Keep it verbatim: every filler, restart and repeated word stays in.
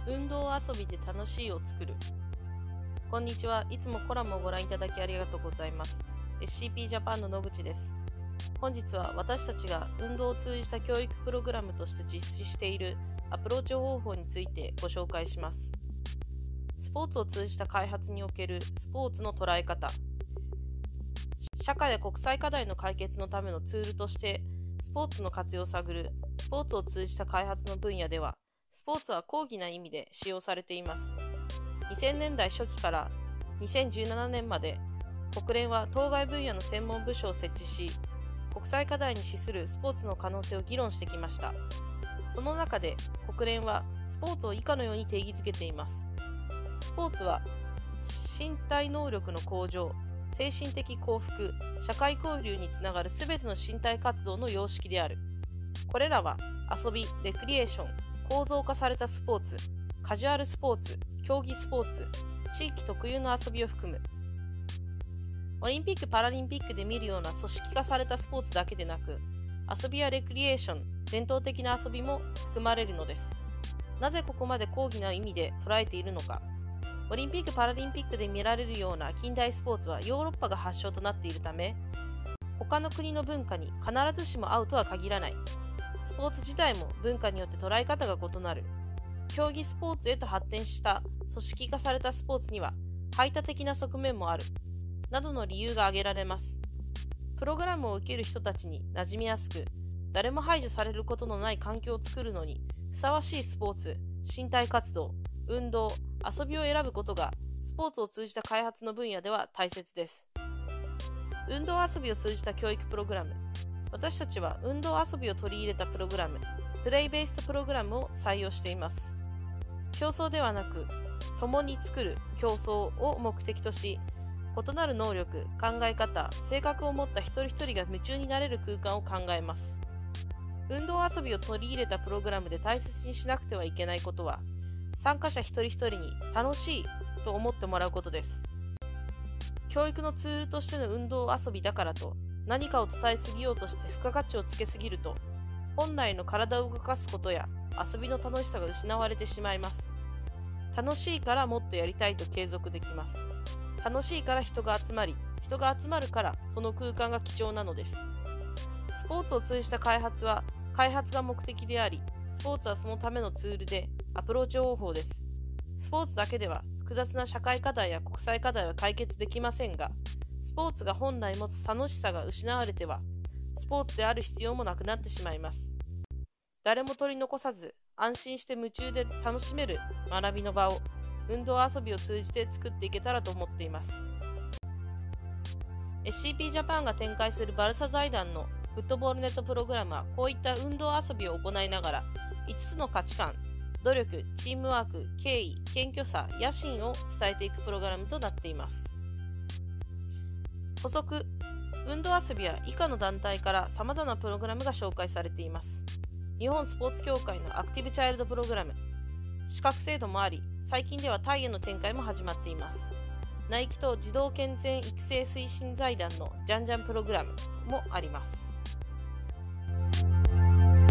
運動遊びで楽しいを作る。こんにちは。いつもコラムをご覧いただきありがとうございます。エスシーピー ジャパンの野口です。本日は私たちが運動を通じた教育プログラムとして実施しているアプローチ方法についてご紹介します。スポーツを通じた開発におけるスポーツの捉え方。社会や国際課題の解決のためのツールとしてスポーツの活用を探るスポーツを通じた開発の分野では、スポーツは広義な意味で使用されています。にせんねんだい初期からにせんじゅうななねんまで、国連は当該分野の専門部署を設置し、国際課題に資するスポーツの可能性を議論してきました。その中で国連はスポーツを以下のように定義づけています。スポーツは身体能力の向上、精神的幸福、社会交流につながるすべての身体活動の様式である。これらは遊び、レクリエーション、構造化されたスポーツ、カジュアルスポーツ、競技スポーツ、地域特有の遊びを含む。オリンピック・パラリンピックで見るような組織化されたスポーツだけでなく、遊びやレクリエーション、伝統的な遊びも含まれるのです。なぜここまで広義な意味で捉えているのか。オリンピック・パラリンピックで見られるような近代スポーツはヨーロッパが発祥となっているため、他の国の文化に必ずしも合うとは限らない。スポーツ自体も文化によって捉え方が異なる。競技スポーツへと発展した組織化されたスポーツには排他的な側面もある。などの理由が挙げられます。プログラムを受ける人たちに馴染みやすく、誰も排除されることのない環境を作るのにふさわしいスポーツ、身体活動、運動、遊びを選ぶことがスポーツを通じた開発の分野では大切です。運動遊びを通じた教育プログラム。私たちは運動遊びを取り入れたプログラム、プレイベーストプログラムを採用しています。競争ではなく、共に作る競争を目的とし、異なる能力、考え方、性格を持った一人一人が夢中になれる空間を考えます。運動遊びを取り入れたプログラムで大切にしなくてはいけないことは、参加者一人一人に楽しいと思ってもらうことです。教育のツールとしての運動遊びだからと、何かを伝えすぎようとして付加価値をつけすぎると、本来の体を動かすことや遊びの楽しさが失われてしまいます。楽しいからもっとやりたいと継続できます。楽しいから人が集まり、人が集まるからその空間が貴重なのです。スポーツを通じた開発は開発が目的であり、スポーツはそのためのツールでアプローチ方法です。スポーツだけでは複雑な社会課題や国際課題は解決できませんが、スポーツが本来持つ楽しさが失われては、スポーツである必要もなくなってしまいます。誰も取り残さず、安心して夢中で楽しめる学びの場を、運動遊びを通じて作っていけたらと思っています。エスシーピー ジャパンが展開するバルサ財団のフットボールネットプログラムは、こういった運動遊びを行いながら、いつつの価値観、努力、チームワーク、敬意、謙虚さ、野心を伝えていくプログラムとなっています。補足。運動遊びは以下の団体から様々なプログラムが紹介されています。日本スポーツ協会のアクティブチャイルドプログラム。資格制度もあり、最近ではタイへの展開も始まっています。ナイキと児童健全育成推進財団のジャンジャンプログラムもあります。